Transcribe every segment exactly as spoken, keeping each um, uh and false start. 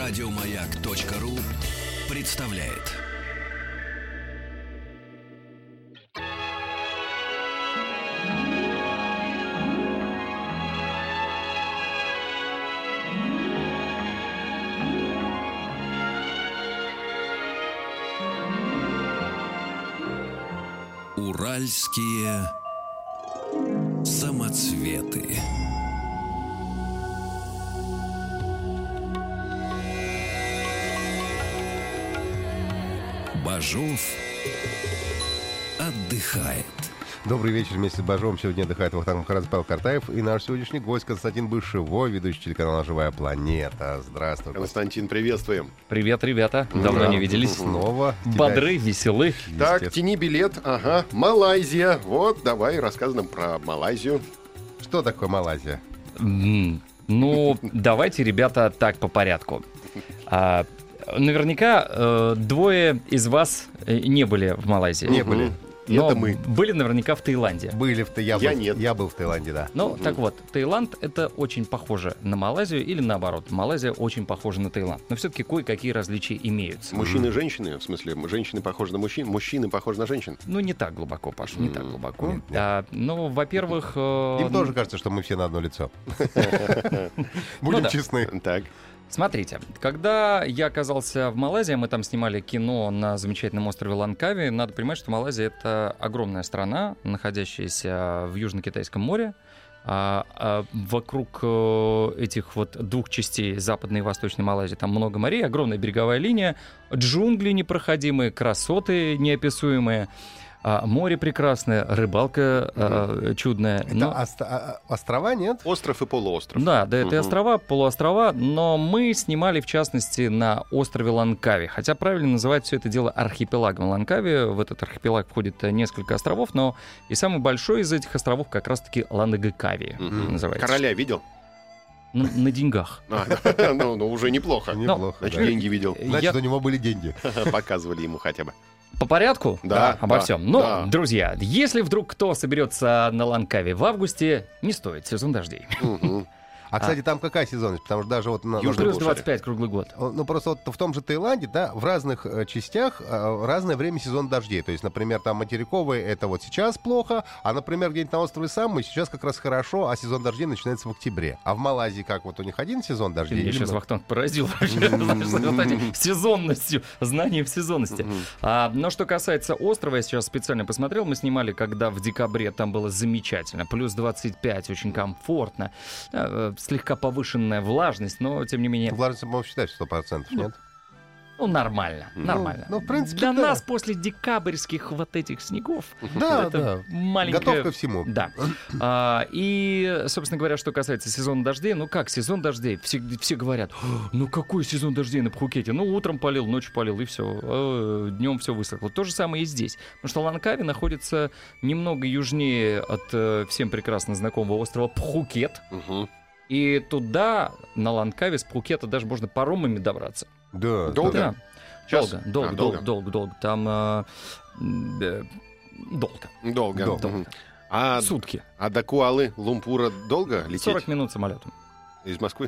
Радиомаяк.ру представляет. Уральские самоцветы. Бажов отдыхает. Добрый вечер. Вместе с Бажовым сегодня отдыхает Вахтанг Махарадзе, Павел Картаев и наш сегодняшний гость Константин Бышевой, ведущий телеканала «Живая планета». Здравствуй, Константин, приветствуем. Привет, ребята. Давно Ура. не виделись. Снова. Бодры, веселы. Так, тяни билет. Ага, Малайзия. Вот, давай, рассказывай нам про Малайзию. Что такое Малайзия? М, Ну, давайте, ребята, так по порядку. А, Наверняка э, двое из вас э, не были в Малайзии. Не были. Но Это мы. были наверняка в Таиланде. Были в Та- я, Я был, нет. я был в Таиланде, да. Ну, так вот, Таиланд — это очень похоже на Малайзию, или наоборот, Малайзия очень похожа на Таиланд. Но все-таки кое-какие различия имеются. Мужчины и женщины, в смысле, женщины похожи на мужчин, мужчины похожи на женщин. Ну, не так глубоко, Паш, не так глубоко. Нет, нет. А, ну, во-первых... э, Им тоже кажется, что мы все на одно лицо. Ну Будем да. честны. Так. Смотрите, когда я оказался в Малайзии, мы там снимали кино на замечательном острове Лангкави. Надо понимать, что Малайзия — это огромная страна, находящаяся в Южно-Китайском море. А, а вокруг э, этих вот двух частей, Западной и Восточной Малайзии, там много морей, огромная береговая линия, джунгли непроходимые, красоты неописуемые. А море прекрасное, рыбалка э, чудная. Это но- ост- а- а- острова, нет? Остров и полуостров. Да, да, это и Мгм. острова, полуострова, но мы снимали, в частности, на острове Лангкави. Хотя правильно называть все это дело архипелагом Лангкави. В этот архипелаг входит э, несколько островов, но и самый большой из этих островов как раз-таки Лангкави Мгм. называется. Короля видел? Ну, на деньгах. А, ну, ну, уже неплохо. Неплохо, Значит, да. деньги видел. Значит, Я- у него были деньги. Показывали ему хотя бы. По порядку? Да, Обо да, всем. Но, да. друзья, если вдруг кто соберется на Лангкави в августе, не стоит, сезон дождей. Мгм. А, кстати, там какая сезонность? Потому что даже вот... на- Южный Плюс полушарие. двадцать пять круглый год. Ну, просто вот в том же Таиланде, да, в разных э, частях э, разное время сезона дождей. То есть, например, там материковый — это вот сейчас плохо, а, например, где-нибудь на острове Саммы сейчас как раз хорошо, а сезон дождей начинается в октябре. А в Малайзии как, вот у них один сезон Ты дождей? меня или сейчас много? Вахтанг поразил вообще, знаешь, вот этим сезонностью, знанием сезонности. А, но что касается острова, я сейчас специально посмотрел, мы снимали, когда в декабре, там было замечательно, плюс двадцать пять, очень комфортно, э, слегка повышенная влажность, но тем не менее, Влажность, по-моему, считать сто процентов, нет? ну нормально, нормально. ну, в принципе, Для да. нас после декабрьских вот этих снегов Да, это да. маленькая... Готов ко всему. Да. А, и, собственно говоря, что касается сезона дождей, ну как сезон дождей? Все, все говорят, ну какой сезон дождей на Пхукете? Ну утром полил, ночью полил, и все. Днем все высохло. То же самое и здесь. Потому что Лангкави находится немного южнее от э, всем прекрасно знакомого острова Пхукет. Мгм. И туда, на Лангкави, с Пхукета даже можно паромами добраться. Да, Долго? да. Да. Час? Долго, долго, А, долго, долго. долго, долго. Там э, м, э, долго. Долго. Долго. Мгм. А, Сутки. а до Куалы Лумпура долго лететь? сорок минут самолетом. Из Москвы?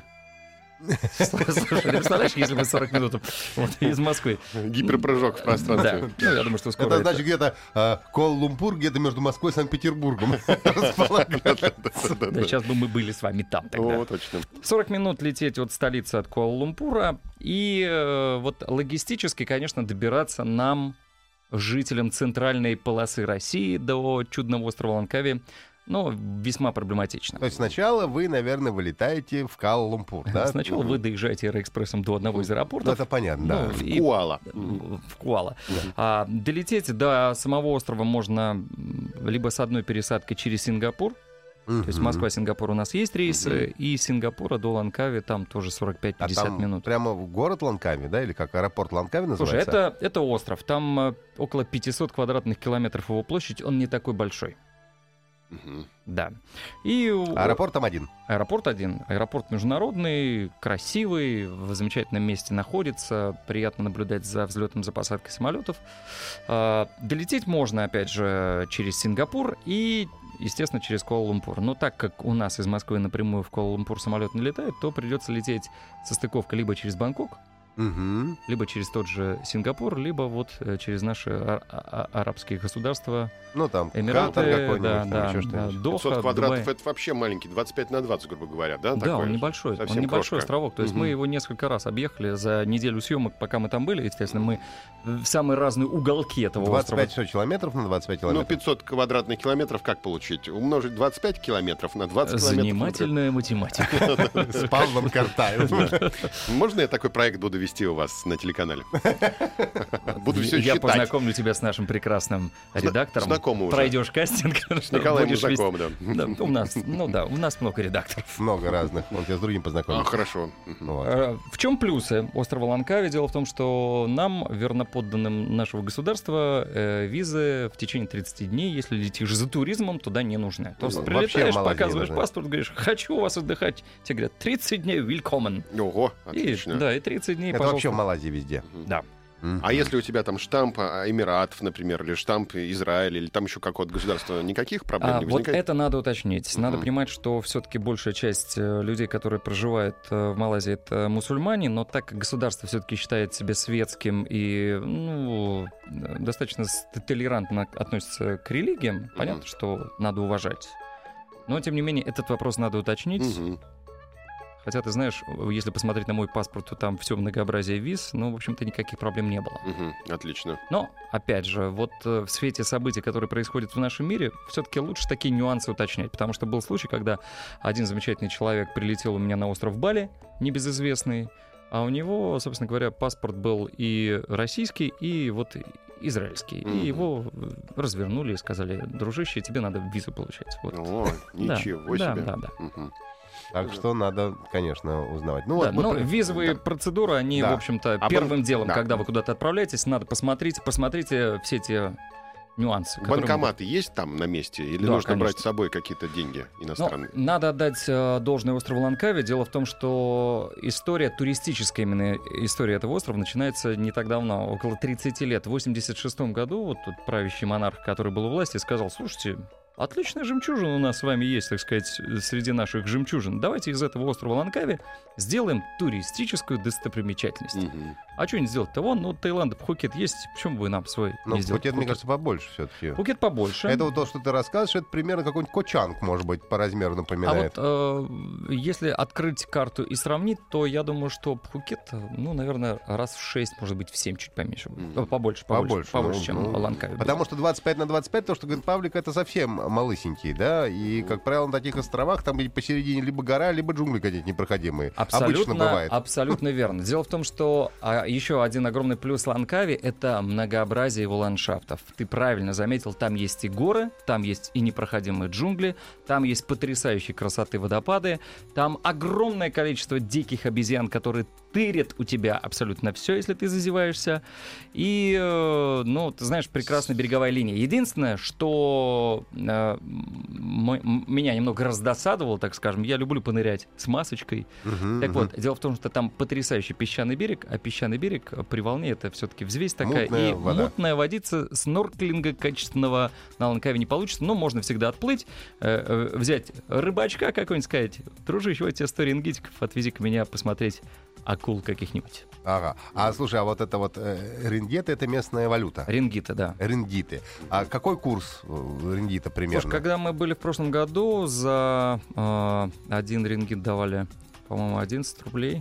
Слушай, ты представляешь, если бы сорок минут вот, из Москвы. Гиперпрыжок в Да, пространстве. ну я думаю, что скоро Это это- значит где-то э, Куала-Лумпур, где-то между Москвой и Санкт-Петербургом располагается. Да, сейчас бы мы были с вами там тогда. О, точно. сорок минут лететь от столицы, от Куала-Лумпура. И э, вот логистически, конечно, добираться нам, жителям центральной полосы России, до чудного острова Лангкави, ну, весьма проблематично. То есть сначала вы, наверное, вылетаете в Куала-Лумпур, да? Сначала вы доезжаете аэроэкспрессом до одного из Ну, аэропортов. это понятно, да. Ну, и- Куала. в Куала. А, долететь до самого острова можно м, либо с одной пересадкой через Сингапур, то есть Мгм. Москва-Сингапур у нас есть рейсы, и из Сингапура до Лангкави там тоже сорок пять А пятьдесят там минут. прямо в город Лангкави, да, или как аэропорт Лангкави Слушай, называется? это, это остров, там э, около пятьсот квадратных километров его площадь, он не такой большой. Мгм. Да. И у- Аэропорт там один. Аэропорт один. Аэропорт международный, красивый, в замечательном месте находится. Приятно наблюдать за взлетом, за посадкой самолетов. А, Долететь можно, опять же, через Сингапур и, естественно, через Куала-Лумпур. Но так как у нас из Москвы напрямую в Куала-Лумпур самолет не летает, то придется лететь со стыковкой либо через Бангкок, Мгм. либо через тот же Сингапур, либо вот э, через наши а- а- арабские государства. Ну, там, Эмираты, Катар какой-нибудь, да, там да, еще да, что-нибудь. Доха, пятьсот квадратов Дубай. это вообще маленький, двадцать пять на двадцать, грубо говоря, да? Да, такой? он небольшой, он Совсем небольшой крошка. островок. То есть Мгм. мы его несколько раз объехали за неделю съемок, пока мы там были. Естественно, мы в самые разные уголки этого двадцать пять острова. всё, километров на двадцать пять Ну, километров. пятьсот квадратных километров как получить? Умножить двадцать пять километров на двадцать километров? Занимательная математика. С Павлом Картаевым. Можно я такой проект буду вести у вас на телеканале? Буду все Я считать. познакомлю тебя с нашим прекрасным редактором. знакомы уже. Пройдешь кастинг. С Николаем будешь вести- Музаковым, да. Да, у нас, ну да, у нас много редакторов. Много разных. Он тебя с другим А, познакомил. хорошо. Мгм. Ну, вот. Э, В чем плюсы острова Лангкави? Дело в том, что нам, верноподданным нашего государства, э, визы в течение тридцати дней, если летишь за туризмом, туда не нужны. То есть Ну, вообще прилетаешь, в Малайзии показываешь нужны. паспорт, говоришь, хочу у вас отдыхать. Тебе говорят, тридцать дней, willkommen. Ого, И, отлично. да, и тридцать дней, Это пожалуйста. вообще в Малайзии везде. Да. Мгм. А если у тебя там штамп а, Эмиратов, например, или штамп Израиля, или там еще какого-то государства, никаких проблем А, не вот возникает? это надо уточнить. Надо Мгм. понимать, что все-таки большая часть э, людей, которые проживают э, в Малайзии, это мусульмане, но так как государство все-таки считает себя светским и ну, э, достаточно с- толерантно относится к религиям, понятно, что надо уважать. Но, тем не менее, этот вопрос надо уточнить. Мгм. Хотя, ты знаешь, если посмотреть на мой паспорт, то там все многообразие виз, ну, в общем-то, никаких проблем не было. Мгм. Отлично. Но, опять же, вот э, в свете событий, которые происходят в нашем мире, все-таки лучше такие нюансы уточнять. Потому что был случай, когда один замечательный человек прилетел у меня на остров Бали, небезызвестный, а у него, собственно говоря, паспорт был и российский, и вот израильский. Мгм. И его э, развернули и сказали, дружище, тебе надо визу получать. Вот. О, Да, ничего да, себе. да, да. Мгм. Так что надо, конечно, узнавать. Ну, Да, вот мы но про- визовые процедуры, они, Да. в общем-то, А первым бан- делом, да. когда вы куда-то отправляетесь, надо посмотреть, посмотрите все те нюансы. которые могут- Банкоматы есть там на месте? Или Да, нужно конечно. брать с собой какие-то деньги Ну, иностранные? надо отдать э, должное острову Лангкави. Дело в том, что история, туристическая именно история этого острова начинается не так давно, около тридцати лет. В восемьдесят шестом году вот тут правящий монарх, который был у власти, сказал, слушайте, отличная жемчужина у нас с вами есть, так сказать, среди наших жемчужин. Давайте из этого острова Лангкави сделаем туристическую достопримечательность. Мгм. А что не сделать-то? Вон, ну, Таиланд, Пхукет есть, почему бы нам свой Ну, не сделать? Пхукет, мне Пхукет. кажется, побольше все-таки. Пхукет побольше. Это вот то, что ты рассказываешь, это примерно какой-нибудь Кочанг, может быть, по размеру А напоминает. вот э, если открыть карту и сравнить, то я думаю, что Пхукет, ну, наверное, раз в шесть, может быть, в семь чуть поменьше. Мгм. Э, Побольше, побольше, Побольше, побольше, ну, чем ну, Лангкави. был. Потому что двадцать пять на двадцать пять, то, что говорит Павлик, это совсем малысенький, да? И, как правило, на таких островах там и посередине либо гора, либо джунгли какие-то непроходимые. Обычно Абсолютно, бывает. абсолютно верно. Дело в том, что а, еще один огромный плюс Лангкави — это многообразие его ландшафтов. Ты правильно заметил, там есть и горы, там есть и непроходимые джунгли, там есть потрясающие красоты водопады, там огромное количество диких обезьян, которые тырят у тебя абсолютно все, если ты зазеваешься. И, э, ну, ты знаешь, прекрасная береговая линия. Единственное, что э, м- м- меня немного раздосадовало, так скажем, я люблю понырять с масочкой. Мгм, Так мгм. вот, дело в том, что там потрясающий песчаный берег, а песчаный берег э, при волне — это все-таки взвесь такая. Мутная и вода. мутная водица, снорклинга качественного на Лангкави не получится, но можно всегда отплыть, э, э, взять рыбачка какой-нибудь, сказать, дружище, вот тебе сто рингитиков, отвези-ка меня посмотреть акул каких-нибудь. Ага. А слушай, а вот это вот э, рингеты — это местная валюта. Рингита, да. Рингиты. А какой курс э, рингита примерно? Слушай, когда мы были в прошлом году, за э, один рингит давали, по-моему, одиннадцать рублей.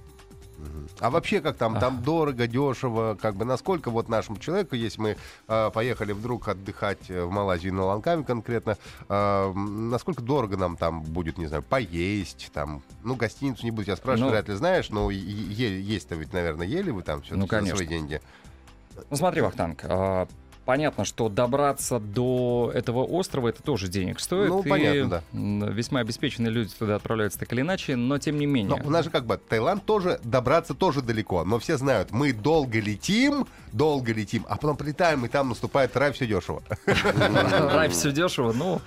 А вообще как там? Там Ах. дорого, дешево, как бы насколько вот нашему человеку, если мы э, поехали вдруг отдыхать э, в Малайзию на Лангкави конкретно, э, м, насколько дорого нам там будет, не знаю, поесть, там, ну, гостиницу не буду тебя спрашивать, Ну, вряд ли знаешь, но е- е- есть-то ведь, наверное, ели вы там все Ну, за конечно. свои деньги. Ну смотри, Вахтанг, а, понятно, что добраться до этого острова — это тоже денег стоит. Ну, и, понятно, да. м, весьма обеспеченные люди туда отправляются так или иначе, но тем не менее. Но у нас же как бы Таиланд тоже, добраться тоже далеко, но все знают, мы долго летим, долго летим, а потом прилетаем, и там наступает рай, все дешево. Рай, все дешево. Ну,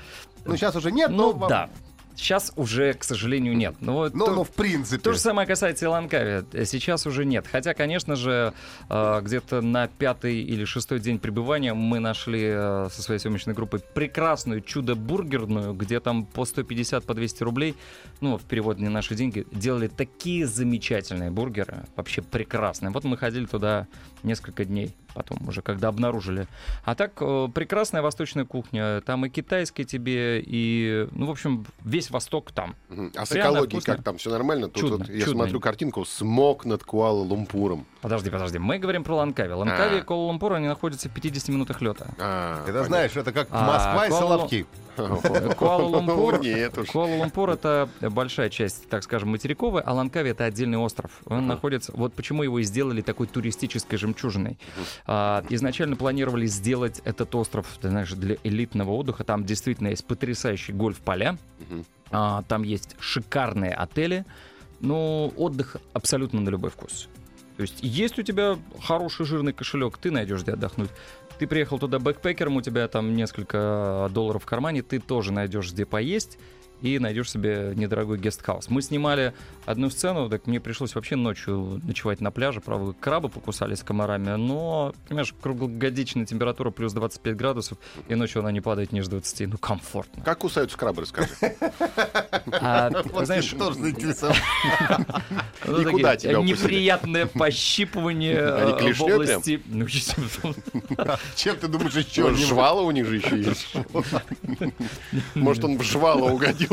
Ну, сейчас уже нет, Ну, но... да. Сейчас уже, к сожалению, нет. Но, вот Ну, то, ну, в принципе. то же самое касается и Ланкави. Сейчас уже нет. Хотя, конечно же, э, где-то на пятый или шестой день пребывания мы нашли э, со своей съемочной группой прекрасную чудо-бургерную, где там по сто пятьдесят, по двести рублей, ну, в переводе на наши деньги, делали такие замечательные бургеры. Вообще прекрасные. Вот мы ходили туда несколько дней потом уже, когда обнаружили. А так, э, прекрасная восточная кухня. Там и китайская тебе, и, ну, в общем, весь Восток там. Мгм. А с Реально экологией вкусно. как там? Все нормально? Тут Чудно, вот я чудно. смотрю картинку «Смог над Куала-Лумпуром». Подожди, подожди. Мы говорим про Ланкави. Ланкави А. и Куала-Лумпур, они находятся в пятидесяти минутах лета. А, Это, знаешь, это как А, Москва и Куала- Соловки. Куала-Лумпур, Нет уж. Куала-Лумпур — это большая часть, так скажем, материковая, а Ланкави — это отдельный остров. Он находится... Вот почему его и сделали такой туристической жемчужиной. А, изначально планировали сделать этот остров, ты знаешь, для элитного отдыха. Там действительно есть потрясающие гольф-поля. Мгм. А, там есть шикарные отели. Ну, отдых абсолютно на любой вкус. То есть есть у тебя хороший жирный кошелек, ты найдешь где отдохнуть. Ты приехал туда бэкпекером, у тебя там несколько долларов в кармане, ты тоже найдешь где поесть и найдешь себе недорогой гестхаус. Мы снимали одну сцену, так мне пришлось вообще ночью ночевать на пляже. Правда, крабы покусались комарами, но, понимаешь, круглогодичная температура плюс двадцать пять градусов, и ночью она не падает ниже двадцати. Ну, комфортно. Как кусаются крабы, расскажи. А, Вот знаешь, я тоже заинтересован. ну, И такие куда тебя укусили? неприятное пощипывание Они э, в клешнёй области... Ну, естественно. Чем ты думаешь еще? Ну, не- жвала у них же еще есть. Может, он в жвало угодил.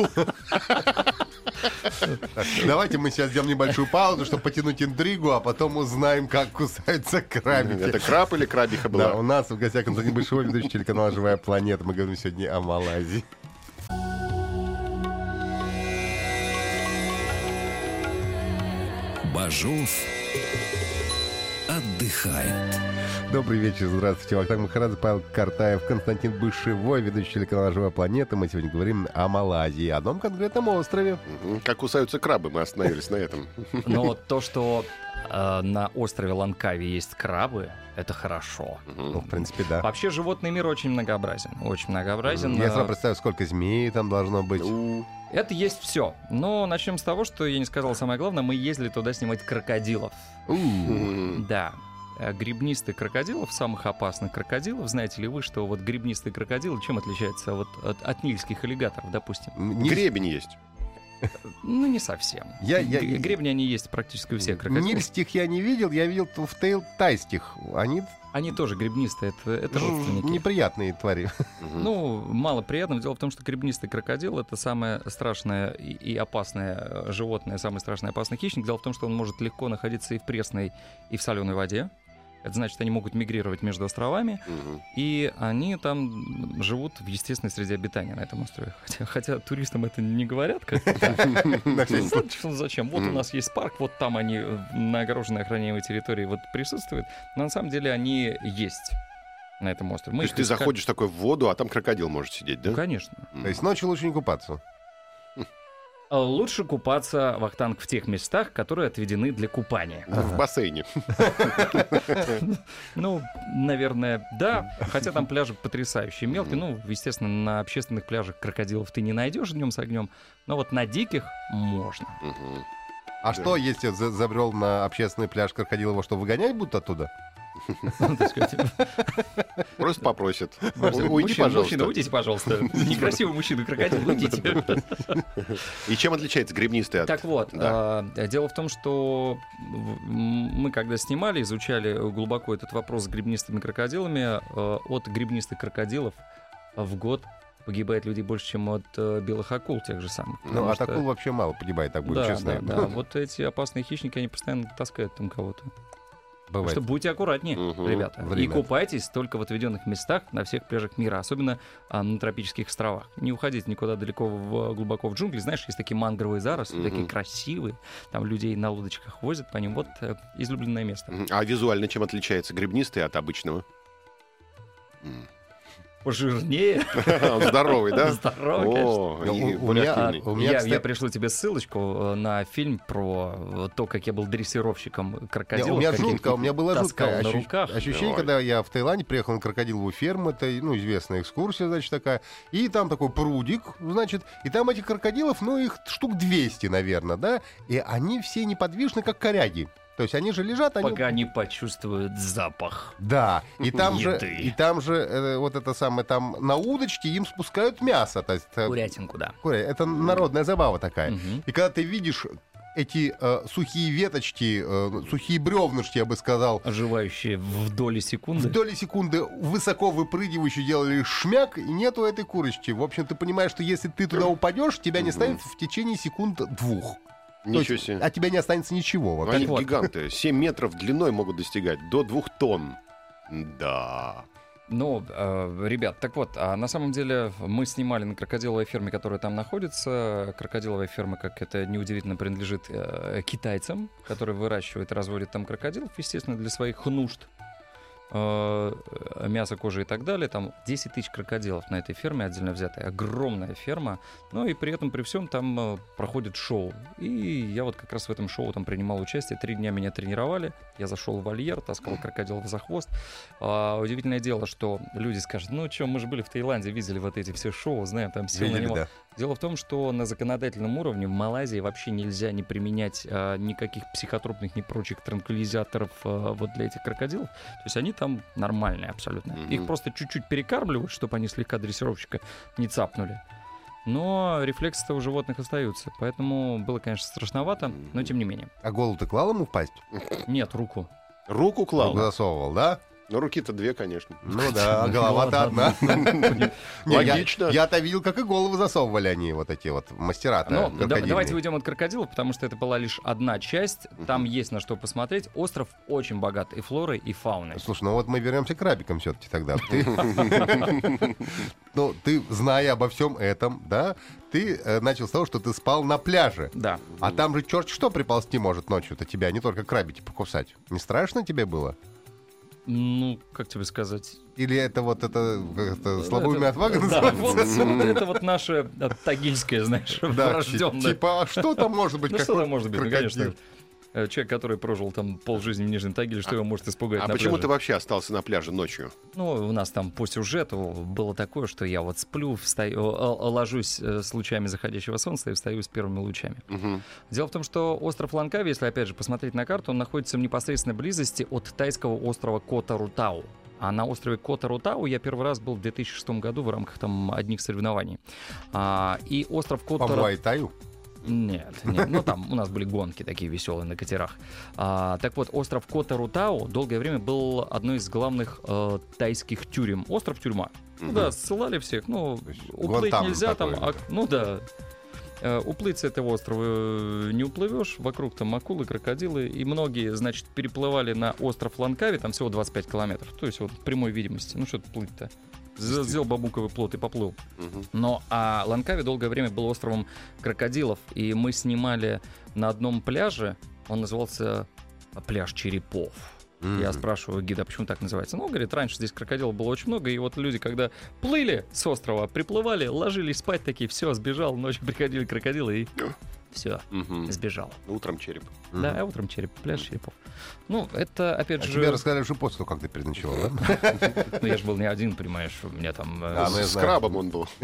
Давайте мы сейчас сделаем небольшую паузу, чтобы потянуть интригу, а потом узнаем, как кусаются крабики. Это краб или крабиха Да, у была? нас в гостях Константин Бышевой, ведущий телеканала «Живая планета». Мы говорим сегодня о Малайзии. Бажов отдыхает. Добрый вечер, здравствуйте. Вахтанг Махарадзе, Павел Картаев, Константин Бышевой, ведущий телеканала «Живая планета». Мы сегодня говорим о Малайзии, о одном конкретном острове. Мгм. Как кусаются крабы, мы остановились на этом. Но вот то, что э, на острове Ланкави есть крабы, это хорошо. Ну, в принципе, да. Вообще животный мир очень многообразен. Очень многообразен. Я Э, сразу представляю, сколько змей там должно быть. У, Это есть все. Но начнем с того, что я не сказал самое главное. Мы ездили туда снимать крокодилов. м. Да. Э, Гребнистых крокодилов, самых опасных крокодилов. Знаете ли вы, что вот гребнистые крокодилы чем отличаются вот от, от нильских аллигаторов, допустим? Не- Гребень есть. Ну, не совсем. Я- я- Г- Гребни, они есть практически у всех крокодилов. Нильских я не видел, я видел в тейл тайских. Они Они тоже гребнистые, это, это ж- родственники. неприятные твари. Мгм. Ну, мало приятно. Дело в том, что гребнистый крокодил — это самое страшное и, и опасное э, животное, самый страшный и опасный хищник. Дело в том, что он может легко находиться и в пресной, и в соленой воде. Это значит, они могут мигрировать между островами, Мгм. и они там живут в естественной среде обитания на этом острове. Хотя, хотя туристам это не говорят. Как На всякий случай. Что зачем? Вот у нас есть парк, вот там они э, на огороженной охраняемой территории вот присутствуют. Но на самом деле они есть на этом острове. То Мы есть их ты искали- заходишь такой в воду, а там крокодил может сидеть, Ну, да? конечно. То есть ночью лучше не купаться. Лучше купаться, Вахтанг, в тех местах, которые отведены для купания. В бассейне. Ну, наверное, да. Хотя там пляжи потрясающие, мелкие. Ну, естественно, на общественных пляжах крокодилов ты не найдешь днем с огнем. Но вот на диких можно. Мгм. А что, если за- забрел на общественный пляж крокодил, его что, выгонять будут оттуда? Ну, так сказать. Просто попросят. Мужчина, Уйди, мужчина, пожалуйста. уйдите, пожалуйста. Некрасивый мужчина, крокодил, уйдите. И чем отличается гребнистый от... Так вот, Да. а, дело в том, что в- м, мы когда снимали, изучали глубоко этот вопрос с гребнистыми крокодилами, а, от гребнистых крокодилов в год погибает людей больше, чем от э, белых акул тех же самых. Ну, Потому от что- акул вообще мало погибает, так будем да, честны. да, да. Вот эти опасные хищники, они постоянно таскают там кого-то. Так Бывает. что будьте аккуратнее, Мгм. ребята. И Время. купайтесь только в отведенных местах на всех пляжах мира, особенно а, на тропических островах. Не уходите никуда далеко в, глубоко в джунгли. Знаешь, есть такие мангровые заросли, Мгм. такие красивые. Там людей на лодочках возят по ним. Вот э, излюбленное место. Мгм. А визуально чем отличается гребнистый от обычного? М. пожирнее. Он здоровый, да? Здоровый, конечно. О, Ну, и у- у более меня- активный. у меня, я, кстати- я пришлю тебе ссылочку э, на фильм про э, то, как я был дрессировщиком Не, крокодилов. у меня каких жутко, у меня было таскал жуткое на ощу- руках. ощущение, Давай. когда я в Таиланде приехал на крокодиловую ферму, это, ну, известная экскурсия, значит, такая, и там такой прудик, значит, и там этих крокодилов, ну, их штук двести, наверное, да, и они все неподвижны, как коряги. То есть они же лежат, они... Пока не почувствуют запах. Да, и там же, Еды. и там же э, вот это самое, там на удочке им спускают мясо. То есть, э, Курятинку, да. куря- это народная забава такая. Мгм. И когда ты видишь эти э, сухие веточки, э, сухие бревнышки, я бы сказал, Оживающие в доли секунды. в доли секунды высоко выпрыгивающие делали шмяк, и нету этой курочки. В общем, ты понимаешь, что если ты туда упадешь, тебя не станет в течение секунд двух. То Ничего есть себе. от тебя не останется ничего вообще. Они вот. гиганты. семь метров длиной могут достигать. До двух тонн. Да. Ну, э, ребят, так вот, а на самом деле мы снимали на крокодиловой ферме, которая там находится. Крокодиловая ферма, как это неудивительно, принадлежит э, китайцам, которые выращивают и разводят там крокодилов, естественно, для своих нужд. Э, мясо, кожа и так далее. Там десять тысяч крокодилов на этой ферме отдельно взятая. Огромная ферма. Ну и при этом, при всем, там э, проходит шоу. И я вот как раз в этом шоу там принимал участие. Три дня меня тренировали. Я зашел в вольер, таскал крокодилов за хвост. А, удивительное дело, что люди скажут, ну что, мы же были в Таиланде, видели вот эти все шоу, знаем, там все на Видели, него. да. Дело в том, что на законодательном уровне в Малайзии вообще нельзя не применять а, никаких психотропных, ни прочих транквилизаторов а, вот для этих крокодилов. То есть они там нормальные абсолютно. Мгм. Их просто чуть-чуть перекармливают, чтобы они слегка дрессировщика не цапнули. Но рефлексы-то у животных остаются. Поэтому было, конечно, страшновато, но тем не менее. А голову ты клал ему в пасть? Нет, руку. Руку клал. Засовывал, да? Ну, руки-то две, конечно. Ну да, а голова-то одна. Не, я- Логично. Я-то видел, как и головы засовывали они, вот эти вот мастера-то Ну, да- крокодильные. давайте уйдем от крокодилов, потому что это была лишь одна часть. Там есть на что посмотреть. Остров очень богат и флорой, и фауной. Слушай, ну вот мы вернемся к крабикам все-таки тогда. Ты, ну, ты, зная обо всем этом, да, ты э, начал с того, что ты спал на пляже. Да. А там же черт что приползти может ночью-то тебя, не только крабики покусать. Не страшно тебе было? Ну, как тебе сказать? Или это вот это, как это слабоумие Это- отвага да, называется? вот, вот это вот наше э, тагильское, знаешь, Да, врожденное. типа, а что там может быть? Ну что какой там может быть? Ну, крокодил? конечно. э, Человек, который прожил там полжизни в Нижнем Тагиле, что его может испугать А на почему пляже? ты вообще остался на пляже ночью? Ну, у нас там по сюжету было такое, что я вот сплю, встаю, э, э, ложусь э, с лучами заходящего солнца и встаю с первыми лучами. Мгм. Дело в том, что остров Ланкави, если опять же посмотреть на карту, он находится в непосредственной близости от тайского острова Кота-Рутау. А на острове Кота-Рутау я первый раз был в две тысячи шестом году в рамках там одних соревнований. А, и остров По Кота-Рутау... Муай-Таю? Нет, нет, ну там у нас были гонки такие веселые на катерах. А, так вот, остров Кота-Рутау долгое время был одной из главных э, тайских тюрем. Остров-тюрьма. Ну да, ссылали всех, ну, То есть уплыть Гуантанамо нельзя там, такое, а- ну да. Э, Уплыть с этого острова э, не уплывешь, вокруг там акулы, крокодилы, и многие, значит, переплывали на остров Ланкави, там всего двадцать пять километров, то есть вот прямой видимости, ну что тут плыть-то? З- Взял бамбуковый плот и поплыл. Мгм. Но а Ланкави долгое время был островом крокодилов, и мы снимали на одном пляже, он назывался пляж Черепов. Я спрашиваю гида, а почему так называется? Ну, говорит, раньше здесь крокодилов было очень много, и вот люди, когда плыли с острова, приплывали, ложились спать такие, все, сбежал, ночью приходили крокодилы и все, Мгм. сбежал. Утром череп. Да, а утром череп, пляж Черепов. Ну, это, опять А же... тебе рассказали, что после того, как ты переночевал, да? Ну, я же был не один, понимаешь, у меня там... э, А, ну, я С знаю. крабом он был.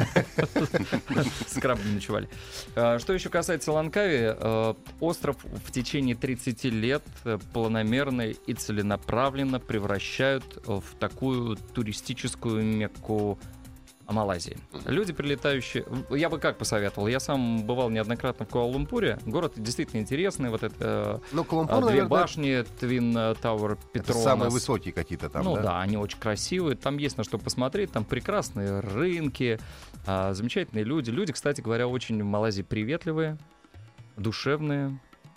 С крабами ночевали. А, Что еще касается Ланкави, э, остров в течение тридцати лет э, планомерно и целенаправленно превращают э, в такую туристическую мекку Малайзии. Люди, прилетающие... Я бы как посоветовал? Я сам бывал неоднократно в Куала-Лумпуре. Город действительно интересный. Вот это Ну, э, Калампур, две наверное, башни, Твин Тауэр, это Петронас. самые высокие какие-то там, Ну да? да? они очень красивые, там есть на что посмотреть, там прекрасные рынки, а, замечательные люди. Люди, кстати говоря, очень в Малайзии приветливые, душевные.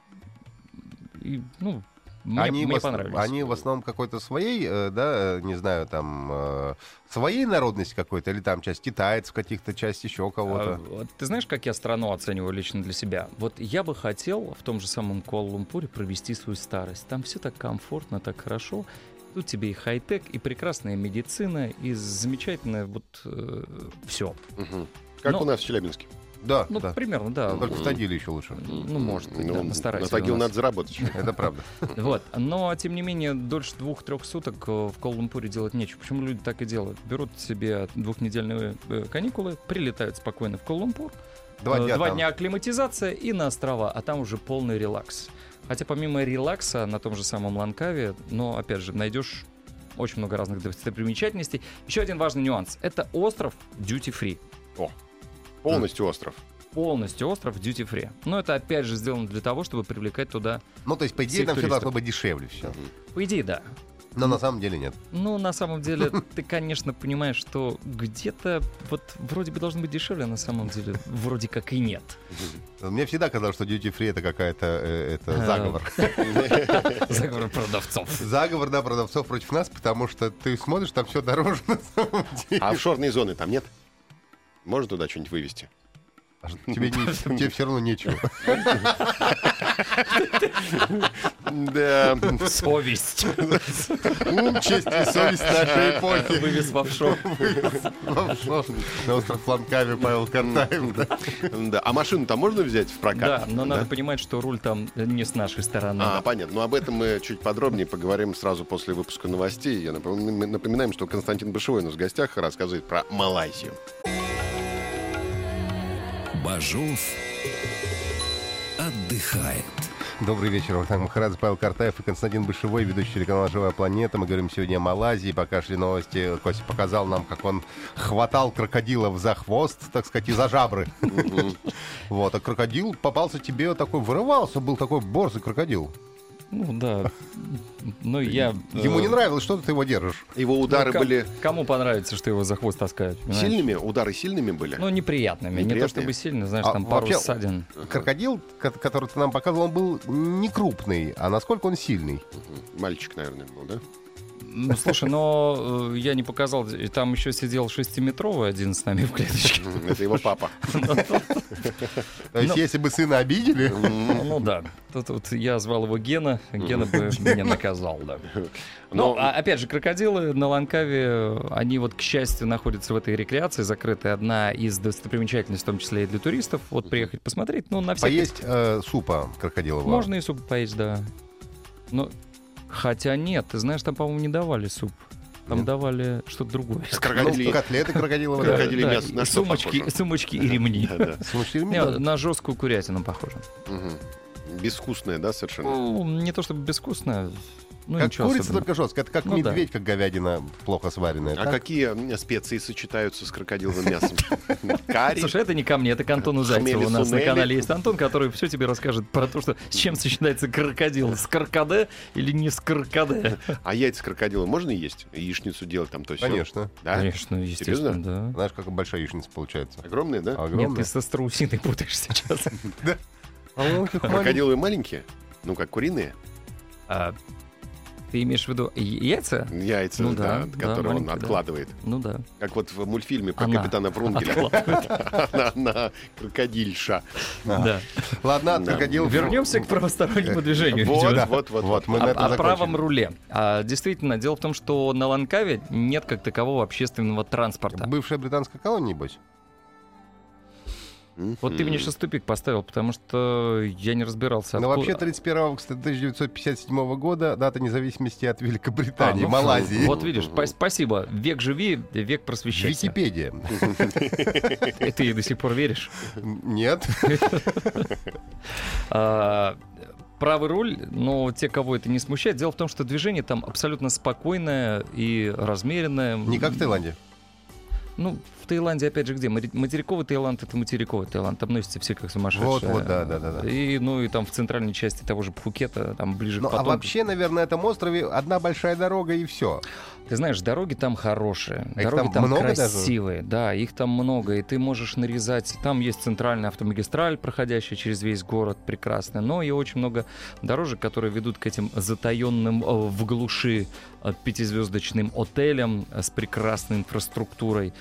И, ну, мне, Они, мне в, ос- понравились. они в основном какой-то своей, э, да, э, не знаю, там, э, своей народности какой-то, или там часть китайцев каких-то, часть еще А, кого-то. вот ты знаешь, как я страну оцениваю лично для себя? Вот я бы хотел в том же самом Куала-Лумпуре провести свою старость. Там все так комфортно, так хорошо. Тут тебе и хай-тек, и прекрасная медицина, и замечательное вот э, все. Угу. Как Но- у нас в Челябинске. Да, Ну, да. примерно, да. Только в Тагиле еще лучше. Ну, может быть, Ну, да, на постарайтесь. Тагил у нас. надо заработать. Это правда. Вот. Но, тем не менее, дольше двух-трех суток э, в Куала-Лумпуре делать нечего. Почему люди так и делают? Берут себе двухнедельные э, каникулы, прилетают спокойно в Куала-Лумпур, Два э, дня два там. дня акклиматизация и на острова, а там уже полный релакс. Хотя помимо релакса на том же самом Ланкаве, но, опять же, найдешь очень много разных достопримечательностей. Еще один важный нюанс. Это остров duty-free. О, полностью остров. Полностью остров duty-free. Но это, опять же, сделано для того, чтобы привлекать туда... Ну, то есть, по идее, Всех там все туристов. должно быть дешевле все. По идее, да. Но на самом деле нет. Ну, на самом деле, ты, конечно, понимаешь, что где-то вот вроде бы должно быть дешевле, а на самом деле вроде как и нет. Мне всегда казалось, что duty free это какая-то э, это А. заговор. Заговор продавцов. Заговор, да, продавцов против нас, потому что ты смотришь, там все дороже на самом деле. А офшорные зоны там нет? Можно туда что-нибудь вывести? А что, Тебе, не- тебе все равно нечего. Да. Совесть. Ум, честь и совесть нашей эпохи. Вывез в офшор. На остров Ланкаве Павел Картаев. да. Да. А машину там можно взять в прокат? Да, но надо понимать, что руль там не с нашей стороны. А, понятно. Ну, об этом мы чуть подробнее поговорим сразу после выпуска новостей. Я напом- мы напоминаем, что Константин Бышевой у нас в гостях рассказывает про Малайзию. Бажов отдыхает. Добрый вечер, Вахтанг Махарадзе, Павел Картаев и Константин Бышевой, ведущий телеканала «Живая планета». Мы говорим сегодня о Малайзии. Пока шли новости, Костя показал нам, как он хватал крокодилов за хвост, так сказать, и за жабры. Вот, а крокодил попался тебе такой, вырывался, был такой борзый крокодил. Ну да. Ну я... Ему э, не нравилось, что ты его держишь. Его удары ну, ко- были Кому понравится, что его за хвост таскают? понимаешь? сильными? Удары сильными были? Ну, неприятными. Не то Неприятные? чтобы сильно, знаешь, А там пару вообще- ссадин. Крокодил, ко- который ты нам показывал, он был не крупный, а насколько он сильный? Мгм. Мальчик, наверное, был, да? Ну, слушай, но э, я не показал, и там еще сидел шестиметровый один с нами в клеточке. Мгм. Это его папа. То есть, Ну- если бы сына обидели... Ну да, тут вот я звал его Гена, Гена бы меня наказал, да. Но- Ну, а, опять же, крокодилы на Ланкаве, они вот, к счастью, находятся в этой рекреации, закрытой, одна из достопримечательностей, в том числе и для туристов, вот приехать посмотреть, ну, на всякий... Поесть э, супа крокодилового. Можно и суп поесть, да. Но, хотя нет, ты знаешь, там, по-моему, не давали суп. Там Нет? давали что-то другое. С крокодилей. Ну, котлеты крокодиловые. Да. да. крокодилий мясо на и что сумочки, похоже? сумочки и ремни. Да, да. Слушай, Не, да. на жесткую курятину похоже. Мгм. Безвкусное, да, совершенно? Ну, не то чтобы безвкусно, ну Как ничего курица, особенного. только жестко. Это как Ну да. медведь, как говядина плохо сваренная. А так? какие м, специи сочетаются с крокодиловым мясом? Карри? Слушай, это не ко мне, это к Антону Зайцеву. У нас на Хмели-сунели. канале есть Антон, который все тебе расскажет про то, что с чем сочетается крокодил. С каркаде или не с каркаде? А яйца крокодила можно есть? Яичницу делать там то есть? Конечно. Да? Конечно, естественно, да. Знаешь, как большая яичница получается. Огромные, да? Нет, Огромная. ты со страусиной путаешь сейчас. А, ой, как маленький. Крокодиловые маленькие? Ну, как куриные? А, Ты имеешь в виду я- яйца? Яйца, Ну да, да, да, которые он маленькие, да. откладывает. Ну да. Как вот в мультфильме про Она капитана Врунгеля. Она она крокодильша. Да. Ладно, от Да. крокодилов... Вернемся к правостороннему движению. Вот, видимо. вот, вот. Вот, мы О, на этом о закончили. правом руле. А, действительно, дело в том, что на Ланкаве нет как такового общественного транспорта. Бывшая британская колония, небось? Вот ты мне сейчас тупик поставил, потому что я не разбирался. Ну, откуда- вообще, тридцать первого августа тысяча девятьсот пятьдесят седьмого года, дата независимости от А, Великобритании, ну, Малайзии. Вот видишь, па- спасибо. Век живи, век просвещайся. Википедия. И ты ей до сих пор веришь? Нет. А, правый руль, но те, кого это не смущает, дело в том, что движение там абсолютно спокойное и размеренное. Не как в Таиланде. Ну, в Таиланде, опять же, где? Мари- Материковый Таиланд — это материковый Таиланд. Там носятся все как сумасшедшие. Вот, вот, да, да, да, да. И, ну, и там в центральной части того же Пхукета, там ближе Ну, к а потом. вообще, наверное, на этом острове одна большая дорога и все. Ты знаешь, дороги там хорошие, А их дороги там там, много даже? красивые, да, их там много, и ты можешь нарезать. Там есть центральная автомагистраль, проходящая через весь город, прекрасная, но и очень много дорожек, которые ведут к этим затаенным э, в глуши э, пятизвездочным отелям э, с прекрасной инфраструктурой.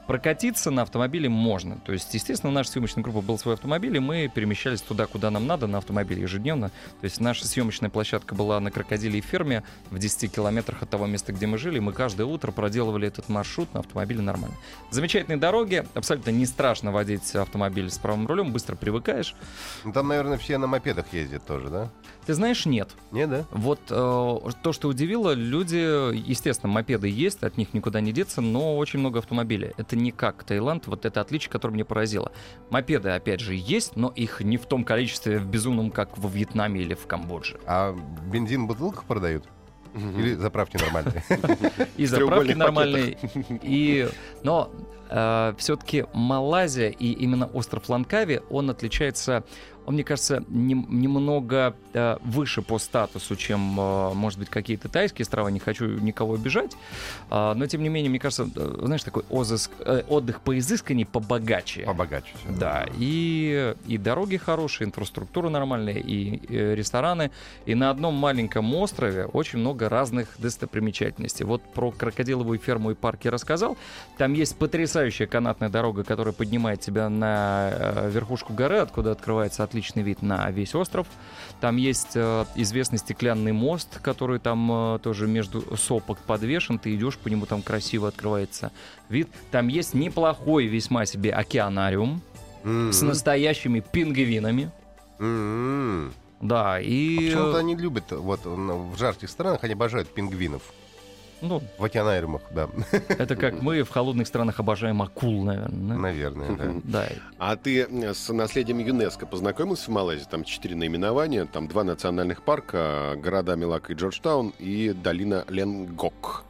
Прокатиться на автомобиле можно. То есть, естественно, у нашей съемочной группы был свой автомобиль, и мы перемещались туда, куда нам надо, на автомобиле ежедневно. То есть наша съемочная площадка была на Крокодиле и ферме в десяти километрах от того места, где мы жили. Мы каждое утро проделывали этот маршрут на автомобиле нормально. Замечательные дороги, абсолютно не страшно водить автомобиль с правым рулем, быстро привыкаешь. Ну, там, наверное, все на мопедах ездят тоже, да? Ты знаешь, нет. Нет, да? Вот э, то, что удивило, люди, естественно, мопеды есть, от них никуда не деться, но очень много автомобилей. Это не как Таиланд, вот это отличие, которое мне поразило. Мопеды, опять же, есть, но их не в том количестве, в безумном, как во Вьетнаме или в Камбодже. А бензин в бутылках продают? Или заправки нормальные? И заправки нормальные, и... Но э, все-таки Малайзия и именно остров Лангкави, он отличается... Он, мне кажется, не, немного э, выше по статусу, чем, э, может быть, какие-то тайские острова. Не хочу никого обижать. Э, но, тем не менее, мне кажется, э, знаешь, такой озыск, э, отдых по изысканней побогаче. Побогаче. Все, да, и, и дороги хорошие, инфраструктура нормальная, и, и рестораны. И на одном маленьком острове очень много разных достопримечательностей. Вот про крокодиловую ферму и парк я рассказал. Там есть потрясающая канатная дорога, которая поднимает тебя на э, верхушку горы, откуда открывается отличный вид на весь остров. Там есть э, известный стеклянный мост, который там э, тоже между сопок подвешен. Ты идешь по нему, там красиво открывается вид. Там есть неплохой весьма себе океанариум mm-hmm. с настоящими пингвинами. Mm-hmm. Да, и... А почему-то они любят, вот в жарких странах они обожают пингвинов. Ну, в океанариумах, да. Это как мы в холодных странах обожаем акул, наверное. Да? Наверное, да. Да. А ты с наследием ЮНЕСКО познакомился в Малайзии? Там четыре наименования, там два национальных парка, города Мелака и Джорджтаун и долина Ленгок.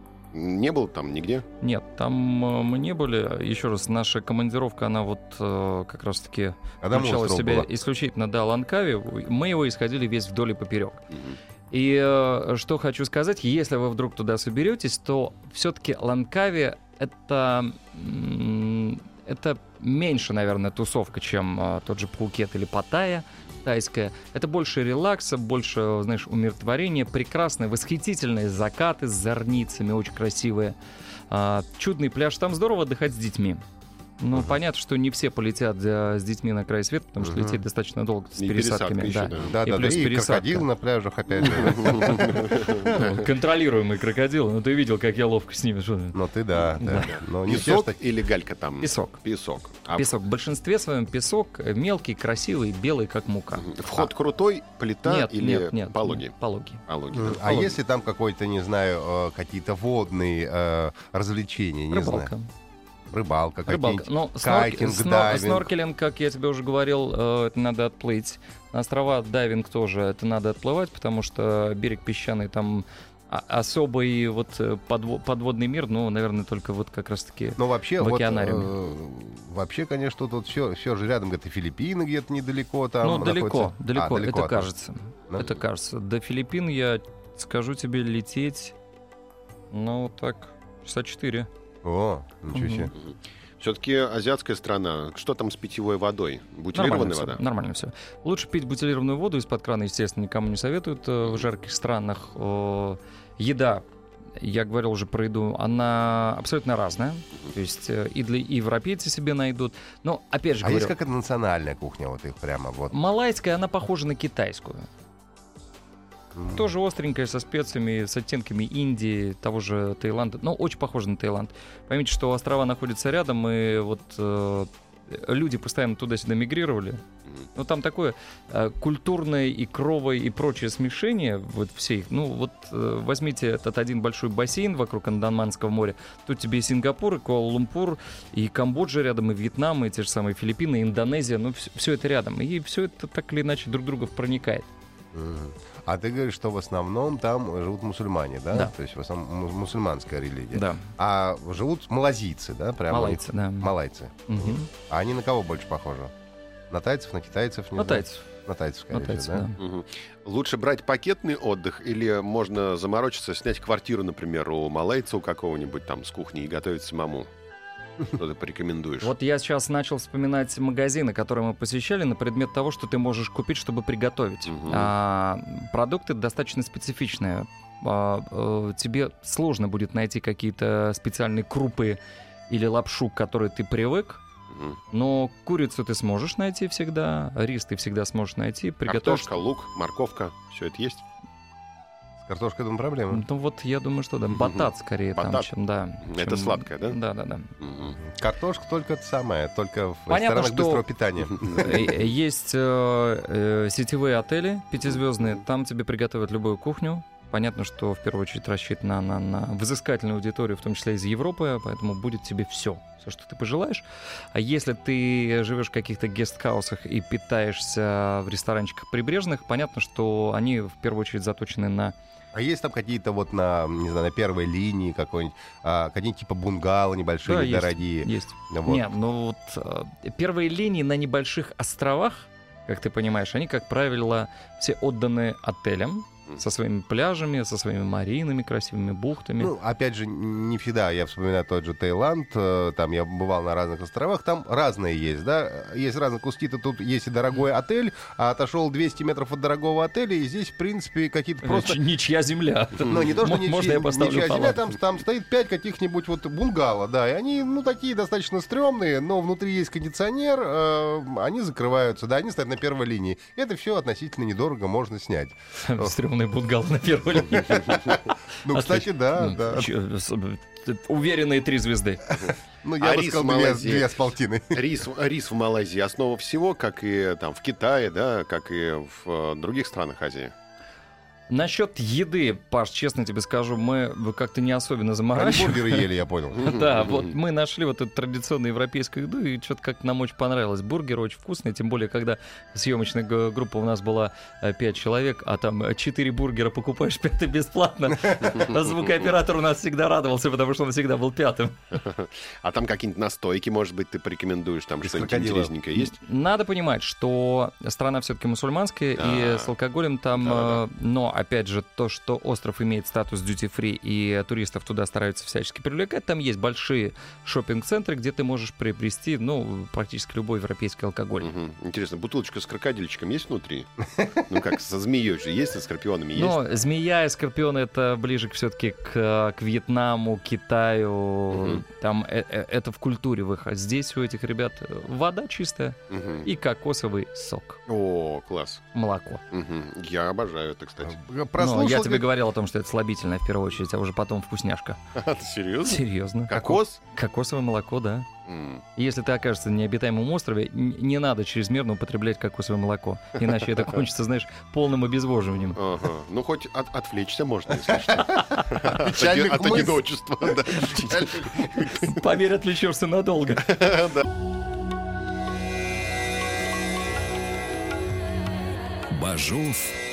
Не был там нигде? Нет, там мы не были. Еще раз, наша командировка, она вот как раз-таки включала в себя исключительно, да, Лангкави. Мы его исходили весь вдоль и поперек. И э, что хочу сказать, если вы вдруг туда соберетесь, то все-таки Лангкави это, м- это меньше, наверное, тусовка, чем э, тот же Пхукет или Паттайя тайская. Это больше релакса, больше, знаешь, умиротворения, прекрасные, восхитительные закаты с зорницами, очень красивые. Э, чудный пляж, там здорово отдыхать с детьми. Ну, uh-huh. понятно, что не все полетят э, с детьми на край света, потому что uh-huh. лететь достаточно долго с и пересадками. Еще, да, да, да, и да, плюс да, и пересадка. крокодил на пляжах опять же. Контролируемый крокодил. Ну, ты видел, как я ловко с ними. Ну, ты да. Песок или галька там? Песок. Песок. Песок. В большинстве своем песок мелкий, красивый, белый, как мука. Вход крутой, плита или пологий? Пологий. А если там какой-то, не знаю, какие-то водные развлечения, не знаю? Рыбалка. Рыбалка, Рыбалка. Ну, кайтинг, снор... дайвинг. Сноркелинг, как я тебе уже говорил, это надо отплыть. На острова дайвинг тоже это надо отплывать, потому что берег песчаный, там особый вот подво... подводный мир, ну, наверное, только вот как раз-таки Но вообще, в океанариуме. Вот, э, вообще, конечно, тут все, все же рядом, где-то Филиппины где-то недалеко. Там ну, далеко, находится... далеко, а, далеко, это кажется. Да? Это кажется. До Филиппин, я скажу тебе, лететь, ну, так, часа четыре. О, ничего себе. Угу. Все-таки азиатская страна. Что там с питьевой водой? Бутилированная вода? Все, нормально все. Лучше пить бутилированную воду из-под крана, естественно, никому не советуют в жарких странах. Еда, я говорил уже про еду, она абсолютно разная. То есть и для и европейцы себе найдут. Но, опять же а говорю, есть какая-то национальная кухня вот их прямо вот? Малайская, она похожа на китайскую. Тоже остренькая, со специями, с оттенками Индии, того же Таиланда. Но очень похоже на Таиланд. Поймите, что острова находятся рядом, и вот э, люди постоянно туда-сюда мигрировали. Ну, там такое э, культурное и кровое и прочее смешение вот всей. Ну, вот э, возьмите этот один большой бассейн вокруг Андаманского моря. Тут тебе и Сингапур, и Куала-Лумпур, и Камбоджа рядом, и Вьетнам, и те же самые Филиппины, и Индонезия. Ну, все, все это рядом. И все это так или иначе друг друга проникает. А ты говоришь, что в основном там живут мусульмане, да? Да. То есть в основном мусульманская религия. Да. А живут малазийцы, да? Прямо малайцы, да. Малайцы. Угу. А они на кого больше похожи? На тайцев, на китайцев? Не на знаю. тайцев. На тайцев, конечно, на тайцев, да? да. Угу. Лучше брать пакетный отдых или можно заморочиться, снять квартиру, например, у малайца у какого-нибудь там с кухни и готовить самому? Что ты порекомендуешь? Вот я сейчас начал вспоминать магазины, которые мы посещали, на предмет того, что ты можешь купить, чтобы приготовить. Угу. А, продукты достаточно специфичные. А, а, тебе сложно будет найти какие-то специальные крупы или лапшу, к которой ты привык, Мгм. но курицу ты сможешь найти всегда, рис ты всегда сможешь найти. Приготовишь... Картошка, лук, морковка, все это есть? С картошкой, думаю, проблема. Ну вот я думаю, что да, батат скорее там, Батат? чем да. Это чем- сладкое, да? Да, да, да. Мгм. Картошка только это самое, только в Понятно, ресторанах что- быстрого питания. Э, Есть э, э, сетевые отели пятизвездные, там тебе приготовят любую кухню. Понятно, что в первую очередь рассчитано на, на взыскательную аудиторию, в том числе из Европы, поэтому будет тебе все, все, что ты пожелаешь. А если ты живешь в каких-то гестхаусах и питаешься в ресторанчиках прибрежных, понятно, что они в первую очередь заточены на... А есть там какие-то вот на, не знаю, на первой линии какой-нибудь, а, какие-нибудь типа бунгало небольшие, Да, есть, дорогие? Есть. Вот. Не, ну вот э, первые линии на небольших островах, как ты понимаешь, они, как правило, все отданы отелям со своими пляжами, со своими маринами, красивыми бухтами. Ну, опять же, не всегда. Я вспоминаю тот же Таиланд, э, там я бывал на разных островах, там разные есть, да. Есть разные куски-то, тут есть и дорогой отель, а отошел двести метров от дорогого отеля, и здесь, в принципе, какие-то просто... Ч- Ничья земля. Ну, не то, что М- ничья, Можно я поставлю ничья земля, палатку? там, там стоит пять каких-нибудь вот бунгало, да, и они, ну, такие достаточно стрёмные, но внутри есть кондиционер, э, они закрываются, да, они стоят на первой линии. Это все относительно недорого можно снять. Стрёмный бунгало на первой линии. Ну, кстати, да, Ну, да. чё, с- э, Уверенные три звезды. Ну, я А бы рис сказал, в две, Малайзии? две с полтиной. Рис, рис в Малайзии основа всего, как и там в Китае, да, как и в э, других странах Азии. Насчет еды, Паш, честно тебе скажу, мы как-то не особенно Они заморачивались. бургеры ели, я понял. Да, вот мы нашли вот эту традиционную европейскую еду, и что-то как-то нам очень понравилось. Бургеры очень вкусные, тем более, когда съемочная г- группа у нас была э, пять человек, а там четыре бургера покупаешь, пятый бесплатно. А звукооператор у нас всегда радовался, потому что он всегда был пятым. А там какие-нибудь настойки, может быть, ты порекомендуешь, там Из что-нибудь крокодила. интересненькое есть? Надо понимать, что страна все-таки мусульманская, Да. и с алкоголем там... Да-да-да. э, Но, опять же, то, что остров имеет статус duty-free, и туристов туда стараются всячески привлекать, там есть большие шопинг-центры, где ты можешь приобрести, ну, практически любой европейский алкоголь. Мгм. Интересно, бутылочка с крокодильчиком есть внутри? Ну как, со змеей же есть, со скорпионами есть? Но змея и скорпион — это ближе все-таки к, к Вьетнаму, Китаю. Мгм. Там э- э- это в культуре выход. Здесь у этих ребят вода чистая Мгм. и кокосовый сок, О, класс. молоко. Мгм. Я обожаю это, кстати. Но Прослушал, я тебе говорит, говорил о том, что это слабительное в первую очередь, а уже потом вкусняшка. Ты серьезно? Серьезно. Кокос? Кокосовое молоко, да. М. Если ты окажешься на необитаемом острове, н- не надо чрезмерно употреблять кокосовое молоко. Иначе это кончится, знаешь, полным обезвоживанием. Ага. Ну, хоть от- отвлечься можно, если что. От Печальных от мыслей. одиночества. да. Поверь, отвлечешься надолго. Бажов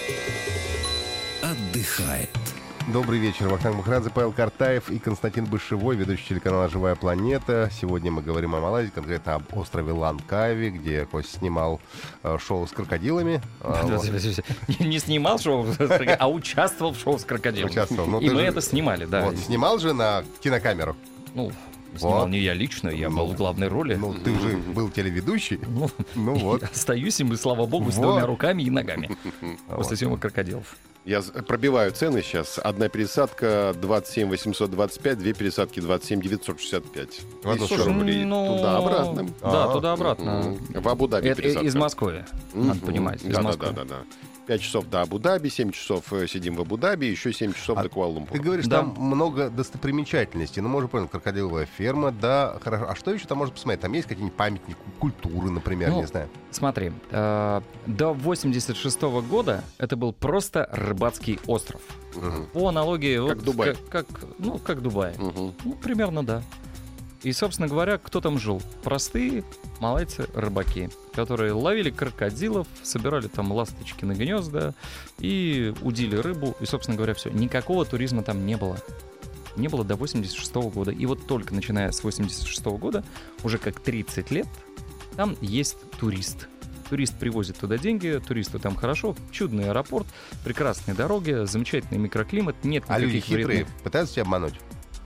отдыхает. Добрый вечер. Вахтанг Махрадзе, Павел Картаев и Константин Бышевой, ведущий телеканала «Живая планета». Сегодня мы говорим о Малайзии, конкретно об острове Ланкави, где Кость снимал э, шоу с крокодилами. А, вот. Не не снимал шоу, а участвовал в шоу с крокодилом. Участвовал. Ну, И ты мы же- это снимали, да. Вот, снимал же на кинокамеру. Ну, снимал Вот. не я лично, я был в главной роли. Ну, ты уже был телеведущий. Ну, Ну вот. остаюсь им, и слава богу, с Вот. двумя руками и ногами. Вот. После съемок крокодилов. Я з- пробиваю цены сейчас. Одна пересадка двадцать семь восемьсот двадцать пять, две пересадки двадцать семь девятьсот шестьдесят пять. В одну И сто сторону. рублей Ну, туда-обратно. Да, А, туда-обратно. Мгм. В Абу-Даби Это пересадка. из Москвы, надо понимать. Из Да, да, Москвы. да, да, да. Пять часов до Абу-Даби, семь часов э, сидим в Абу-Даби, еще семь часов А до Куала-Лумпура. Ты говоришь, Да. там много достопримечательностей. Ну, мы уже поняли, крокодиловая ферма, да, хорошо. А что еще там можно посмотреть? Там есть какие-нибудь памятники культуры, например, Ну, не знаю. Смотри, э, до восемьдесят шестого года это был просто рыбацкий остров. Мгм. По аналогии... вот Дубай. Как, как- ну, как Дубай. Мгм. Ну, примерно, да. И, собственно говоря, кто там жил? Простые малайцы-рыбаки, которые ловили крокодилов, собирали там ласточки на гнезда и удили рыбу. И, собственно говоря, все. Никакого туризма там не было. Не было до восемьдесят шестого года. И вот только начиная с восемьдесят шестого года, уже как тридцать лет, там есть турист. Турист привозит туда деньги, туристу там хорошо, чудный аэропорт, прекрасные дороги, замечательный микроклимат, нет А люди никаких хитрые вредных... пытаются тебя обмануть?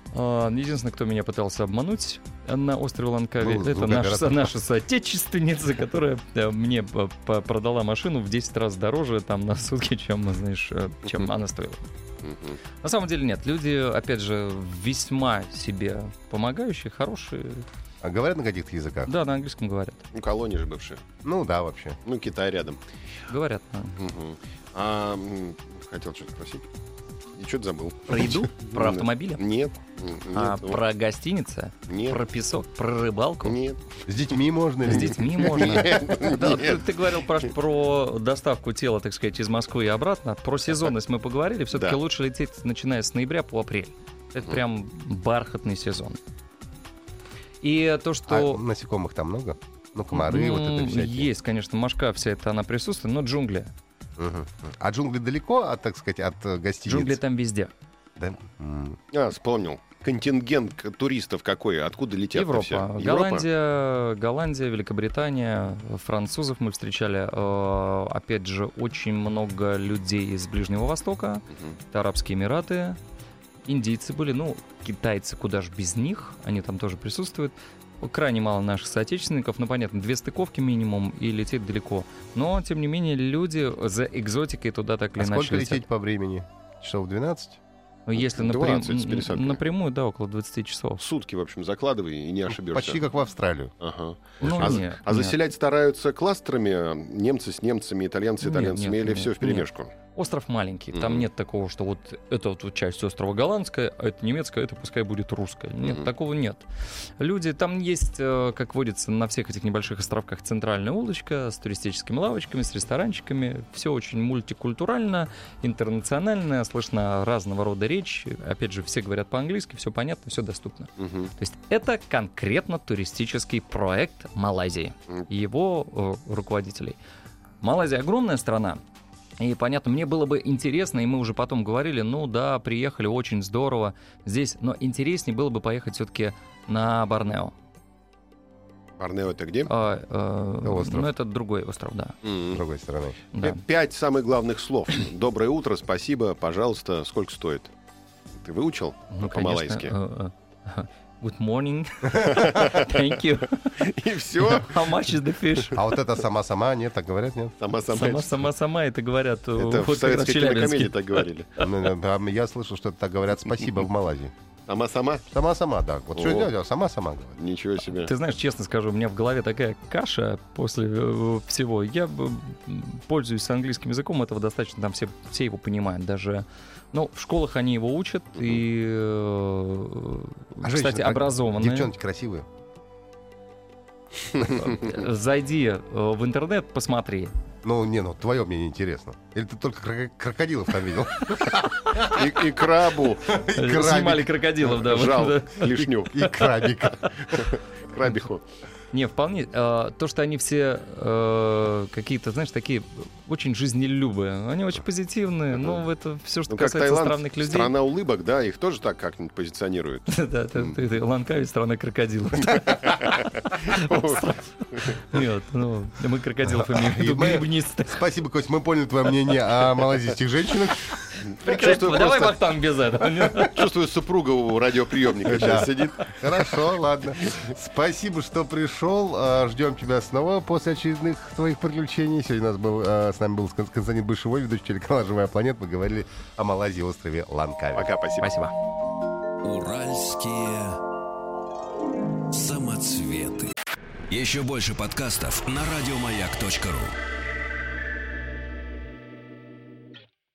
А, Единственное, кто меня пытался обмануть на острове Ланкави, Ну, это ну, наша, оператор. наша соотечественница, которая э, мне по- по- продала машину в десять раз дороже там на сутки, чем, знаешь, э, чем Мгм. она стоила. Мгм. На самом деле нет, люди, опять же, весьма себе помогающие, хорошие. А говорят на каких-то языках? Да, на английском говорят. Ну, колония же бывшая. Ну да, вообще. Ну, Китай рядом. Говорят. да. Мгм. А, м, хотел что-то спросить. И что-то забыл. Про еду, про Нет. автомобили, Нет. М, а, нет, ну, про гостиницы, Нет. про песок, про рыбалку. Нет. С детьми можно или С нет? детьми можно. Нет. Да, ты, ты говорил про, про доставку тела, так сказать, из Москвы и обратно. Про сезонность мы поговорили. Все-таки Да. лучше лететь, начиная с ноября по апрель. Это Мгм. прям бархатный сезон. И то, А что... насекомых там много? Ну, комары, вот это м, всякие. Есть, конечно, мошка вся эта, она присутствует, но джунгли. Мгм. А джунгли далеко, от, так сказать, от э, гостиниц? Джунгли там везде. Да? М. А, вспомнил. Контингент к- туристов какой? Откуда летят Европа. все? Голландия, Голландия, Великобритания, французов мы встречали. Э, Опять же, очень много людей из Ближнего Востока. Мгм. Это Арабские Эмираты, индийцы были, ну, китайцы, куда же без них, они там тоже присутствуют. Крайне мало наших соотечественников, ну, понятно, две стыковки минимум и лететь далеко. Но, тем не менее, люди за экзотикой туда так или А иначе сколько летят. лететь по времени? Часов двенадцать? Ну, если напрям- двадцать с пересадкой. напрямую, да, около двадцати часов. Сутки, в общем, закладывай и не ошибешься. Почти как в Австралию. Ага. Ну, а, нет, а нет. заселять стараются кластерами, немцы с немцами, итальянцы с Нет, итальянцами, нет, или нет, все вперемешку? Остров маленький, там Мгм. нет такого, что вот это вот часть острова голландская, а это немецкая, это пускай будет русская. Нет, Мгм. такого нет. Люди, там есть, э, как водится, на всех этих небольших островках центральная улочка с туристическими лавочками, с ресторанчиками. Все очень мультикультурально, интернационально, слышно разного рода речь. Опять же, все говорят по-английски, все понятно, все доступно. Мгм. То есть это конкретно туристический проект Малайзии Мгм. и его э, руководителей. Малайзия огромная страна. И понятно, мне было бы интересно, и мы уже потом говорили, ну да, приехали, очень здорово здесь, но интереснее было бы поехать все-таки на Борнео. Борнео это где? А, э, Остров. Ну, это другой остров, да. С М. другой стороны. да. П- Пять самых главных слов. Доброе утро, спасибо, пожалуйста. Сколько стоит? Ты выучил Ну, по-малайски? конечно, э, э, Good morning. Thank you. И все? How much is the fish? А вот это сама-сама, нет, так говорят, нет? Сама-сама. Сама-сама-сама, это говорят э, Это вот в как раз советской кинокомедии Челябинске. так говорили. Ну, ну, да, Я слышал, что это так говорят спасибо в Малайзии. Сама-сама? Сама-сама, да. Вот что О. делать? Сама-сама говорит. Ничего себе. Ты знаешь, честно скажу, у меня в голове такая каша после э, всего. Я бы, м, пользуюсь английским языком, этого достаточно, там все, все его понимают. Даже, ну, в школах они его учат, Мгм. и, э, А кстати, женщины, как образованные. Девчонки красивые. Зайди э, в интернет, посмотри. Ну, не, ну, твое мнение интересно. Или ты только кроко- крокодилов там видел? И, и крабу И крабик. Снимали крокодилов, да. вот, жал да. лишню. И крабика. Крабиху. Не, вполне. э, То, что они все э, какие-то, знаешь, такие очень жизнелюбые. Они очень позитивные, но это все, что Ну, как касается Таиланд, странных людей. страна улыбок, да, их тоже так как-нибудь позиционируют. Да, это- это- это Ланкави, страна крокодилов. Нет, ну, мы крокодилов имеем в И виду мы- грибнистых. Спасибо, Кость, мы поняли твое мнение о малазийских женщинах. Чувствую, Давай просто- Вахтанг без этого. Чувствую, супруга у радиоприемника Да. сейчас сидит. Хорошо, ладно. Спасибо, что пришел. А, Ждем тебя снова после очередных твоих приключений. Сегодня у нас был, а, с нами был Кон- Константин Бышевой, ведущий телеканала «Живая планета». Мы говорили о Малайзии, острове Ланкави. Пока, спасибо. Спасибо. Уральские самоцветы. Еще больше подкастов на радиомаяк точка ру.